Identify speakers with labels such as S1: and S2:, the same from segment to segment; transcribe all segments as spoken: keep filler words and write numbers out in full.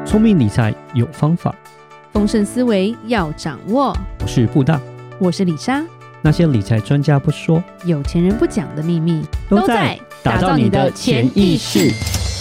S1: 聪明理财有方法，
S2: 丰盛思维要掌握。
S1: 我是布大，
S2: 我是李莎。
S1: 那些理财专家不说，
S2: 有钱人不讲的秘密，
S1: 都在打造你的潜意识。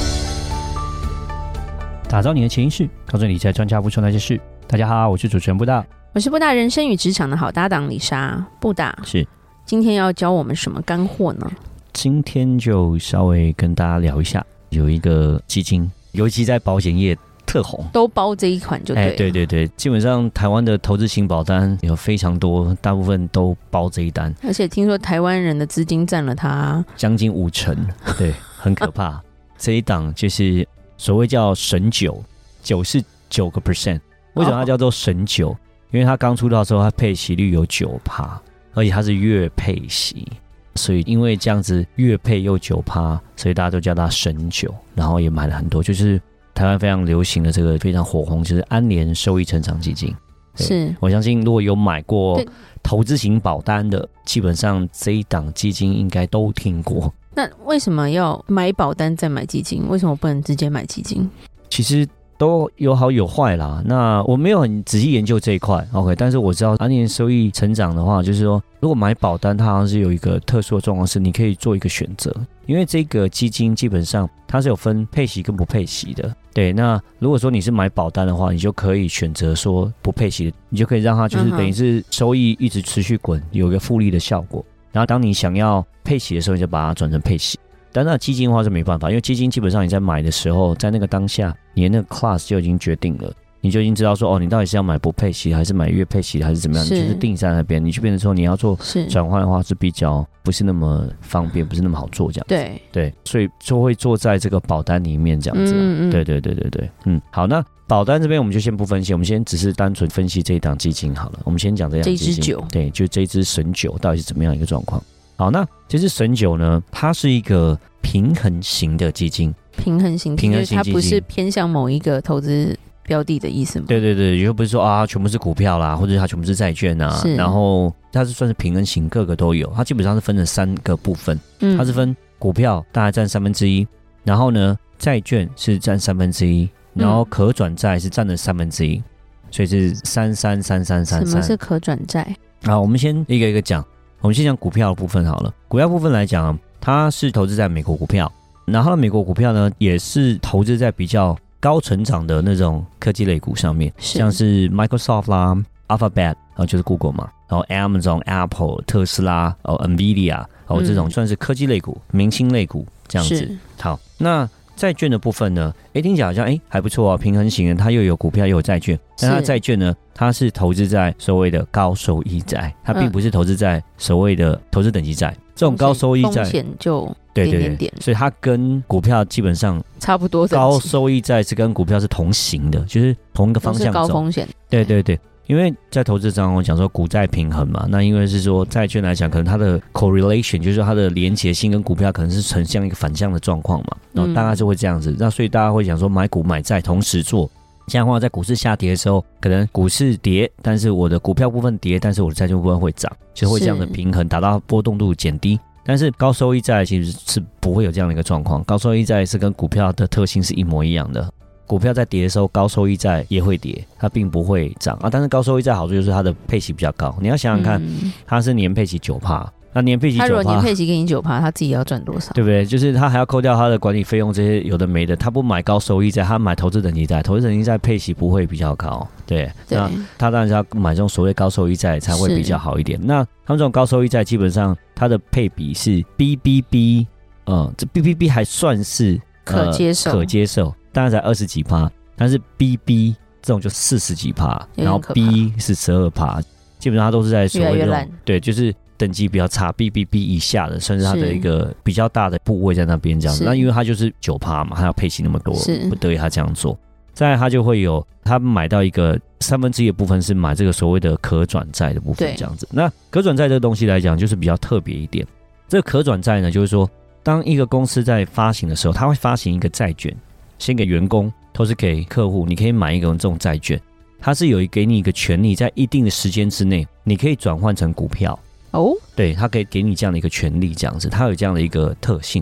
S1: 打造你的潜意识，告诉理财专家不说那些事。大家好，我是主持人布大，
S2: 我是布大人生与职场的好搭档李莎。布大
S1: 是
S2: 今天要教我们什么干货呢？
S1: 今天就稍微跟大家聊一下，有一个基金，尤其在保险业特红，
S2: 都包这一款就对了、
S1: 哎、对对对，基本上台湾的投资型保单有非常多，大部分都包这一单，
S2: 而且听说台湾人的资金占了它
S1: 将近五成，对，很可怕。这一档就是所谓叫神九，九是九个 percent， 为什么它叫做神九？哦、因为它刚出道的时候，它配息率有九趴，而且它是月配息。所以因为这样子月配又 百分之九， 所以大家都叫它神九，然后也买了很多，就是台湾非常流行的这个非常火红，就是安联收益成长基金。
S2: 是
S1: 我相信如果有买过投资型保单的，基本上这一档基金应该都听过。
S2: 那为什么要买保单再买基金？为什么不能直接买基金？
S1: 其实都有好有坏啦，那我没有很仔细研究这一块 OK， 但是我知道安联收益成长的话，就是说如果买保单，它好像是有一个特殊的状况，是你可以做一个选择，因为这个基金基本上它是有分配息跟不配息的。对，那如果说你是买保单的话，你就可以选择说不配息的，你就可以让它就是等于是收益一直持续滚，有一个复利的效果，然后当你想要配息的时候，你就把它转成配息。但那基金的话是没办法，因为基金基本上你在买的时候，在那个当下，你的那个 class 就已经决定了，你就已经知道说，哦，你到底是要买不配息，还是买月配息，还是怎么样，你就是定在那边。你去变成说你要做转换的话，是比较不是那么方便，不是那么好做这样子。
S2: 对
S1: 对，所以就会做在这个保单里面这样子。嗯嗯，对对对对对，嗯，好，那保单这边我们就先不分析，我们先只是单纯分析这一档基金好了。我们先讲这档基金，这支酒，对，就这支神酒到底是怎么样一个状况。好，那这支神九呢，它是一个平衡型的基金。平衡型基金，
S2: 就是它不是偏向某一个投资标的的意思吗？
S1: 对对对，又不是说啊全部是股票啦，或者它全部是债券啊，然后它是算是平衡型，各个都有。它基本上是分成三个部分，嗯、它是分股票大概占三分之一，然后呢债券是占三分之一，然后可转债是占了三分之一，所以是三三三三三三。
S2: 什么是可转债？
S1: 好，我们先一个一个讲。我们先讲股票的部分好了。股票部分来讲，它是投资在美国股票，然后美国股票呢也是投资在比较高成长的那种科技类股上面，像是 Microsoft 啦、Alphabet， 然后就是 Google 嘛，然后 Amazon、Apple、特斯拉、哦 Nvidia， 然后这种算是科技类股、嗯、明星类股这样子。好，那债券的部分呢，诶，听起来好像诶还不错啊，平衡型的，它又有股票又有债券，但它债券呢，它是投资在所谓的高收益债，它并不是投资在所谓的投资等级债。这种高收益债
S2: 风险就点点点，
S1: 对对对，所以它跟股票基本上
S2: 差不多。
S1: 高收益债是跟股票是同型的，就是同一个方向走。
S2: 都是高风险。
S1: 对对对。因为在投资上我讲说股债平衡嘛，那因为是说债券来讲，可能它的 correlation 就是说它的连结性跟股票可能是呈现一个反向的状况嘛，然后大概就会这样子，那所以大家会讲说买股买债同时做，这样的话在股市下跌的时候，可能股市跌，但是我的股票部分跌，但是我的债券部分会涨，就会这样的平衡，达到波动度减低。但是高收益债其实是不会有这样的一个状况，高收益债是跟股票的特性是一模一样的。股票在跌的时候，高收益债也会跌，它并不会涨啊。但是高收益债好处就是它的配息比较高。你要想想看，嗯、它是年配息 百分之九， 那年配息 百分之九，
S2: 它如果年配息给你 百分之九， 它自己要赚多少？对
S1: 不对？就是它还要扣掉它的管理费用这些有的没的。它不买高收益债，它买投资等级债，投资等级债配息不会比较高。对，对那它当然是要买这种所谓高收益债才会比较好一点。那他们这种高收益债基本上它的配比是 B B B， 嗯，这 B B B 还算是、
S2: 呃、可接受，
S1: 可接受，当然才二十几趴。但是 B B 这种就四十几趴，然后 B 是十二趴，基本上它都是在所谓的对，就是等级比较差 B B B 以下的，算是它的一个比较大的部位在那边这样子。那因为它就是九趴嘛，它要配息那么多，不得已它这样做。再来它就会有他买到一个三分之一的部分是买这个所谓的可转债的部分这样子。那可转债这个东西来讲，就是比较特别一点。这个可转债呢，就是说当一个公司在发行的时候，它会发行一个债券，先给员工。都是给客户，你可以买一个这种债券，它是有给你一个权利，在一定的时间之内，你可以转换成股票哦。对，它可以给你这样的一个权利，这样子，它有这样的一个特性。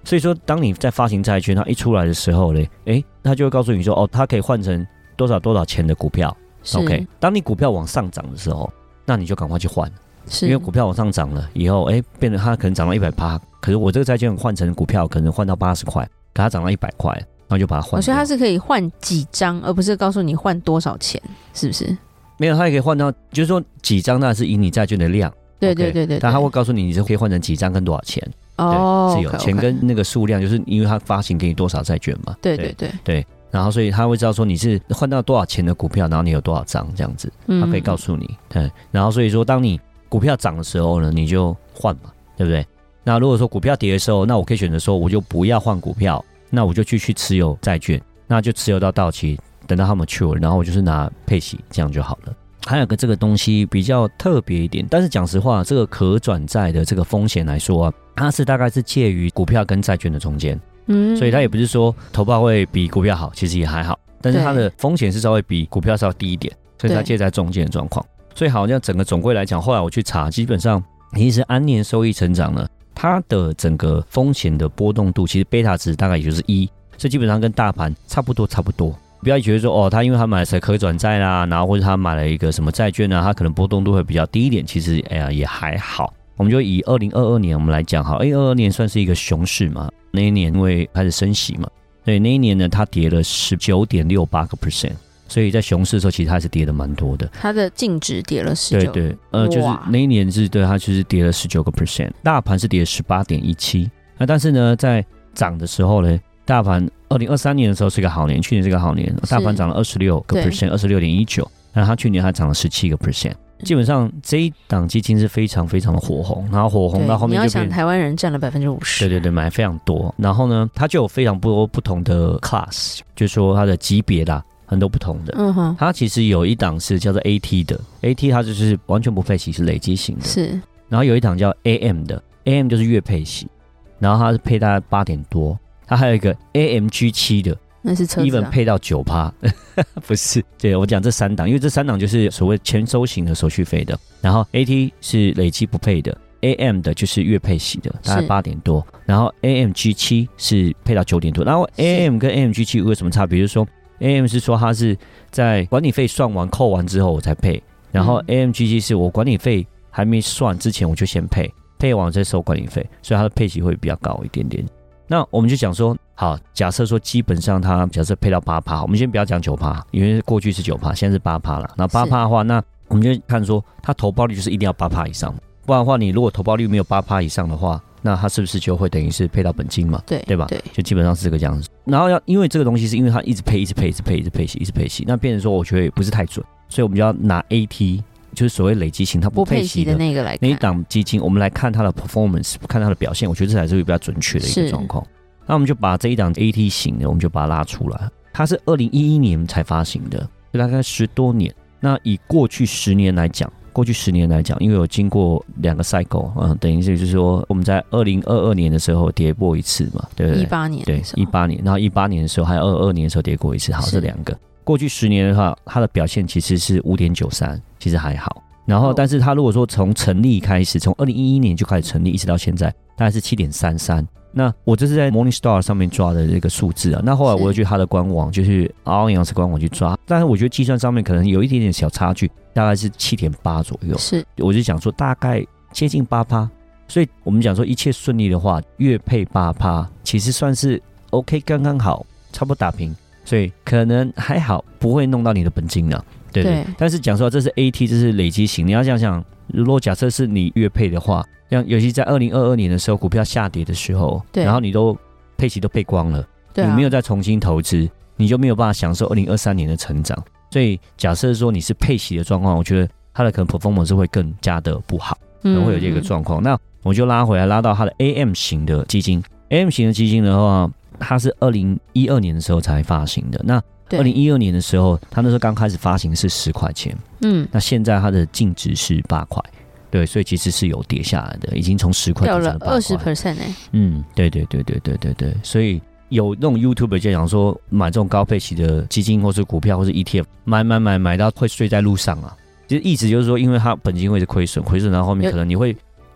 S1: 所以说，当你在发行债券，它一出来的时候嘞，哎，它就会告诉你说，哦，它可以换成多少多少钱的股票。OK， 当你股票往上涨的时候，那你就赶快去换，因为股票往上涨了以后，哎，变得它可能涨到一百趴，可是我这个债券换成股票可能换到八十块，可它涨到一百块，然后就把它换掉。
S2: 所以它是可以换几张，而不是告诉你换多少钱，是不是？
S1: 没有，它也可以换到，就是说几张，那是以你债券的量。
S2: 对对对 对, 對。
S1: 但它会告诉你，你是可以换成几张跟多少钱。
S2: 哦，
S1: 是有
S2: okay,
S1: 钱跟那个数量，就是因为它发行给你多少债券嘛。
S2: 对对对
S1: 对。然后所以他会知道说你是换到多少钱的股票，然后你有多少张这样子，他可以告诉你。对，然后所以说当你股票涨的时候呢，你就换嘛，对不对？那如果说股票跌的时候，那我可以选择说我就不要换股票，那我就继续持有债券，那就持有到到期，等到它 mature， 然后我就是拿配息，这样就好了。还有个这个东西比较特别一点，但是讲实话，这个可转债的这个风险来说啊，它是大概是介于股票跟债券的中间。嗯，所以它也不是说投报会比股票好，其实也还好，但是它的风险是稍微比股票稍微低一点，所以它介在中间的状况。所以好像整个总归来讲，后来我去查，基本上其实安年收益成长呢，它的整个风险的波动度，其实贝塔值大概也就是一，所以基本上跟大盘差不多差不多。不要觉得说哦，他因为他买了可转债啦，然后或者他买了一个什么债券啊，他可能波动度会比较低一点，其实哎呀也还好。我们就以二零二二年我们来讲好，二零二二年算是一个熊市嘛，那一年因为开始升息嘛，所以那一年呢它跌了 百分之十九点六八， 所以在熊市的时候其实它是跌的蛮多的，
S2: 它的净值跌了十九，
S1: 对对，呃就是那一年是对它就是跌了 百分之十九， 大盘是跌了 十八点一七， 那但是呢在涨的时候呢，大盘二零二三年的时候是个好年，去年是个好年，大盘涨了 百分之二十六， 二十六点一九， 那它去年还涨了 百分之十七。基本上这一档基金是非常非常的火红，然后火红到后面就变，
S2: 你要想台湾人占了 百分之五十，
S1: 对对对，买非常多。然后呢它就有非常多不同的 class， 就是说它的级别啦，很多不同的。嗯哼，它其实有一档是叫做 A T 的， A T 它就是完全不配息，是累积型的。是，然后有一档叫 A M 的， A M 就是月配息，然后它是配大概八点多。它还有一个 A M G 七 的，
S2: 那是车子、啊、
S1: even 配到 百分之九， 不是，对，我讲这三档，因为这三档就是所谓全收型的手续费的，然后 A T 是累积不配的， A M 的就是月配息的，大概八点多，然后 A M G 七 是配到九点多，然后 A M 跟 A M G 七 有什么差别？就是说 A M 是说它是在管理费算完扣完之后我才配，然后 A M G 七 是我管理费还没算之前我就先配，配完再收管理费，所以它的配息会比较高一点点。那我们就讲说，好，假设说基本上它假设配到 百分之八， 我们先不要讲 百分之九， 因为过去是 百分之九， 现在是 百分之八 了。那 百分之八 的话，那我们就看说它投报率就是一定要 百分之八 以上，不然的话你如果投报率没有 百分之八 以上的话，那它是不是就会等于是配到本金嘛？对，对吧？对，就基本上是这个样子。然后要因为这个东西是因为它一直配一直配一直配一直配息一直配息，那变成说我觉得也不是太准，所以我们就要拿 A T，就是所谓累积型，它不配息的
S2: 那个来看
S1: 那一档基金，我们来看它的 performance， 看它的表现，我觉得这才是比较准确的一个状况。那我们就把这一档 A T 型的，我们就把它拉出来。它是二零一一年才发行的，大概十多年。那以过去十年来讲，过去十年来讲，因为有经过两个 cycle， 嗯，等于是就是说我们在二零二二年的时候跌过一次嘛，对不对？
S2: 一八年，
S1: 对，一八年，然后一八年的时候还有二二年的时候跌过一次，好，这两个。过去十年的话，它的表现其实是 五点九三， 其实还好。然后，但是它如果说从成立开始，从二零一一年就开始成立，一直到现在，大概是 七点三三。那我这是在 Morningstar 上面抓的这个数字啊。那后来我又去它的官网，就是 Allianz 官网去抓，但是我觉得计算上面可能有一点点小差距，大概是 七点八 左右。是，我就讲说大概接近 百分之八， 所以我们讲说一切顺利的话，月配 百分之八， 其实算是 OK， 刚刚好，差不多打平，所以可能还好，不会弄到你的本金啊。对 对, 对，但是讲说这是 A T， 这是累积型，你要想想，如果假设是你月配的话，像尤其在二零二二年的时候，股票下跌的时候，然后你都配息都配光了，啊、你没有再重新投资，你就没有办法享受二零二三年的成长。所以假设说你是配息的状况，我觉得它的可能 performance 会更加的不好，可能会有这个状况。嗯、那我就拉回来，拉到它的 A M 型的基金 ，A M 型的基金的话，它是二零一二年的时候才发行的。那二零一二年的时候，它那时候刚开始发行是十块钱，嗯，那现在它的净值是八块，对，所以其实是有跌下来的，已经从十块掉了二十
S2: percent 哎，
S1: 嗯，对对对对对对对，所以有那种 YouTuber 就讲说，买这种高配息的基金或是股票或是 E T F， 买买买买到会睡在路上啊，其实意思就是说，因为它本金会是亏损，亏损，然后后面可能你会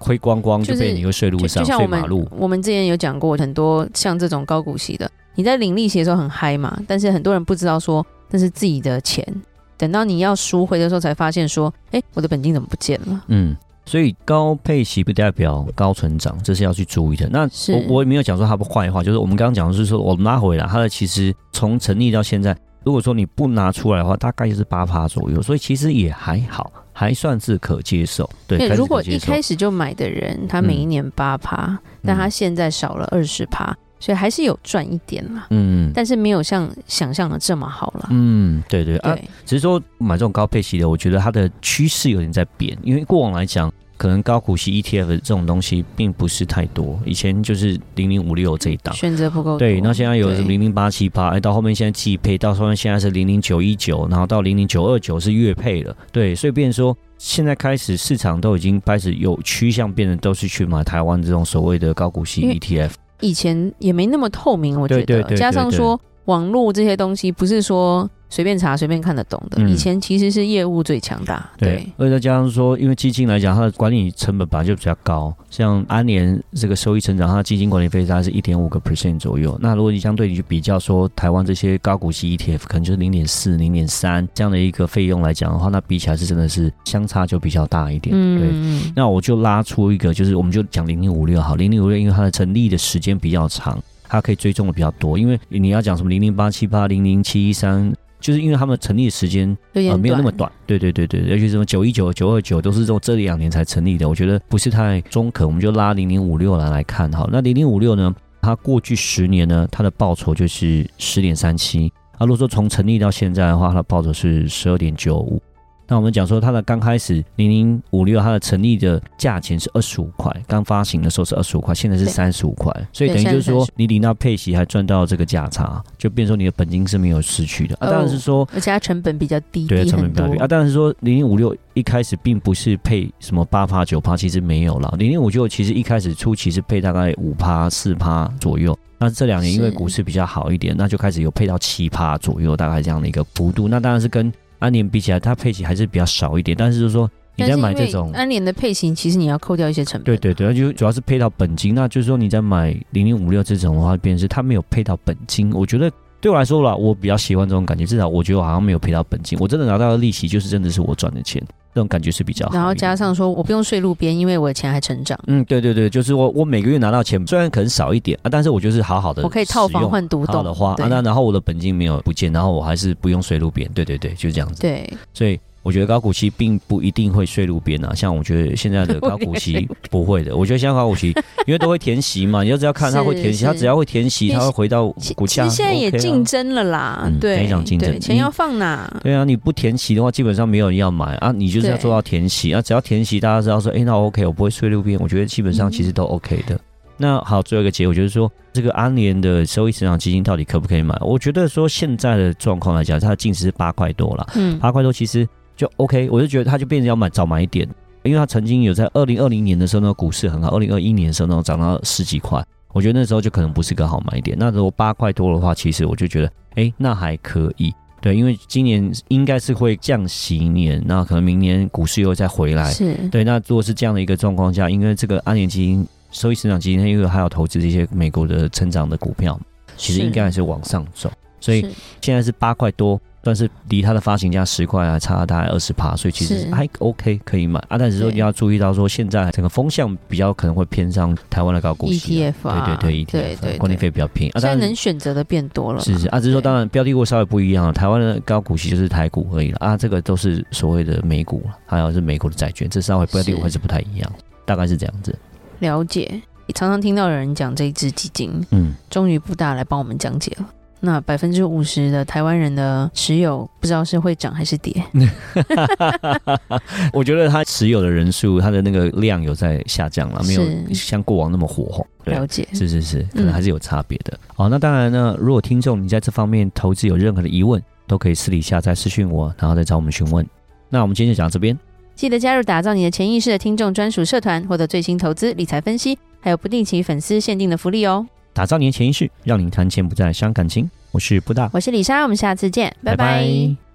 S1: 亏光光就变成你会睡路上、
S2: 就就像我们
S1: 睡马路。
S2: 我们之前有讲过很多像这种高股息的，你在领利息的时候很嗨嘛，但是很多人不知道说那是自己的钱，等到你要赎回的时候才发现说，哎，我的本金怎么不见了？
S1: 嗯。所以高配息不代表高成长，这是要去注意的。那我我也没有讲说它不坏话，就是我们刚刚讲的是说，我们拉回来，它的其实从成立到现在，如果说你不拿出来的话，大概就是 百分之八 左右，所以其实也还好，还算是可接受。对，
S2: 如果一开始就买的人，他每一年 百分之八、嗯、但他现在少了 百分之二十，所以还是有赚一点啦，嗯，但是没有像想象的这么好啦。
S1: 嗯，对 对, 对啊，只是说买这种高配息的，我觉得它的趋势有点在变，因为过往来讲，可能高股息 E T F 这种东西并不是太多，以前就是零零五六这一档
S2: 选择不够多，
S1: 对，那现在有零零八七八，哎，到后面现在季配，到后面现在是零零九一九，然后到零零九二九是月配了，对，所以变成说现在开始市场都已经开始有趋向变成都是去买台湾这种所谓的高股息 E T F。
S2: 以前也没那么透明，我觉得，
S1: 对对对对对，
S2: 加上说网络这些东西不是说随便查随便看得懂的、嗯、以前其实是业务最强大， 对, 对，
S1: 而且再加上说因为基金来讲它的管理成本本来就比较高，像安联这个收益成长它的基金管理费大概是 百分之一点五 左右，那如果你相对你去比较说台湾这些高股息 E T F 可能就是 零点四 零点三 这样的一个费用来讲的话，那比起来是真的是相差就比较大一点、嗯、对，那我就拉出一个就是我们就讲零零五六好，零零五六因为它的成立的时间比较长，它可以追踪的比较多，因为你要讲什么零零八七八 零零七一三，就是因为他们成立的时间、呃、没有那么短，对对对对，尤其是什么九一九、九二九都是这种这两年才成立的，我觉得不是太中肯，我们就拉零零五六来来看好。那零零五六呢，它过去十年呢，它的报酬就是 十点三七， 啊，如果说从成立到现在的话，它的报酬是 十二点九五。那我们讲说它的刚开始零零五六它的成立的价钱是二十五块，刚发行的时候是二十五块，现在是三十五块，所以等于就是说你领到配息还赚到这个价差，就变成说你的本金是没有失去的、哦、啊。当然是说
S2: 而且它成本比较低，
S1: 对，成本比较低啊。当然是说零零五六一开始并不是配什么 百分之八 百分之九 其实没有啦，零零五六其实一开始初期是配大概 百分之五 百分之四 左右，那这两年因为股市比较好一点，那就开始有配到 百分之七 左右，大概这样的一个幅度。那当然是跟安联比起来，它配息还是比较少一点，但是就是说你在买这种
S2: 安联的配息，其实你要扣掉一些成本。
S1: 对对对，就主要是配到本金。那就是说你在买零零五六这种的话，变成是它没有配到本金。我觉得对我来说啦，我比较喜欢这种感觉，至少我觉得我好像没有赔到本金，我真的拿到的利息就是真的是我赚的钱，这种感觉是比较好。
S2: 然后加上说我不用睡路边，因为我的钱还成长。
S1: 嗯，对对对，就是我我每个月拿到钱，虽然可能少一点啊，但是我就是好好的，
S2: 我可以套房换独栋，
S1: 好好的花啊，那然后我的本金没有不见，然后我还是不用睡路边。对对对，就是这样子。
S2: 对，
S1: 所以我觉得高股息并不一定会睡路边啊，像我觉得现在的高股息不会的。我觉得现在高股息因为都会填息嘛，你就只要看它会填息，它只要会填息，它会回到股价。
S2: 其实现在也竞争了啦，
S1: 嗯、
S2: 对，
S1: 非常竞争，
S2: 钱要放哪？
S1: 对啊，你不填息的话，基本上没有人要买啊。你就是要做到填息啊，只要填息，大家知道说，哎、欸，那 OK， 我不会睡路边。我觉得基本上其实都 OK 的。嗯，那好，最后一个结果就是说，这个安联的收益成长基金到底可不可以买？我觉得说现在的状况来讲，它的净值是八块多啦，嗯，八块多其实就 OK， 我就觉得它就变成要买早买一点，因为它曾经有在二零二零年的时候呢，股市很好，二零二一年的时候呢涨到十几块，我觉得那时候就可能不是个好买点。那如果八块多的话，其实我就觉得，哎，那还可以。对，因为今年应该是会降息年，那可能明年股市又再回来。
S2: 是，
S1: 对，那如果是这样的一个状况下，因为这个安联基金收益成长基金，因为还有投资这些美国的成长的股票，其实应该还是往上走，所以现在是八块多，但是离它的发行价十块还差大概 百分之二十， 所以其实还 OK 可以买啊。但是说你要注意到说，现在整个风向比较可能会偏向台湾的高股息、啊、
S2: E T F 啊，
S1: 对对对 E T F， 对对对，管理费比较便宜啊。
S2: 现在能选择的变多了，
S1: 是是啊，只是说当然标的物稍微不一样了。台湾的高股息就是台股而已了啊，这个都是所谓的美股，还有是美国的债券，这稍微标的物还是不太一样，大概是这样子。
S2: 了解，常常听到有人讲这一支基金，嗯，终于布大来帮我们讲解了。那百分之五十的台湾人的持有，不知道是会涨还是跌？
S1: 我觉得他持有的人数，他的那个量有在下降了，没有像过往那么火红。
S2: 了解，
S1: 是是是，可能还是有差别的。好、嗯哦，那当然呢，如果听众你在这方面投资有任何的疑问，都可以私底下再私讯我，然后再找我们询问。那我们今天就讲到这边，
S2: 记得加入打造你的潜意识的听众专属社团，获得最新投资理财分析，还有不定期粉丝限定的福利哦。
S1: 打造你的潜意识，让你谈钱不再伤感情。我是布大，
S2: 我是李莎，我们下次见，拜拜。拜拜。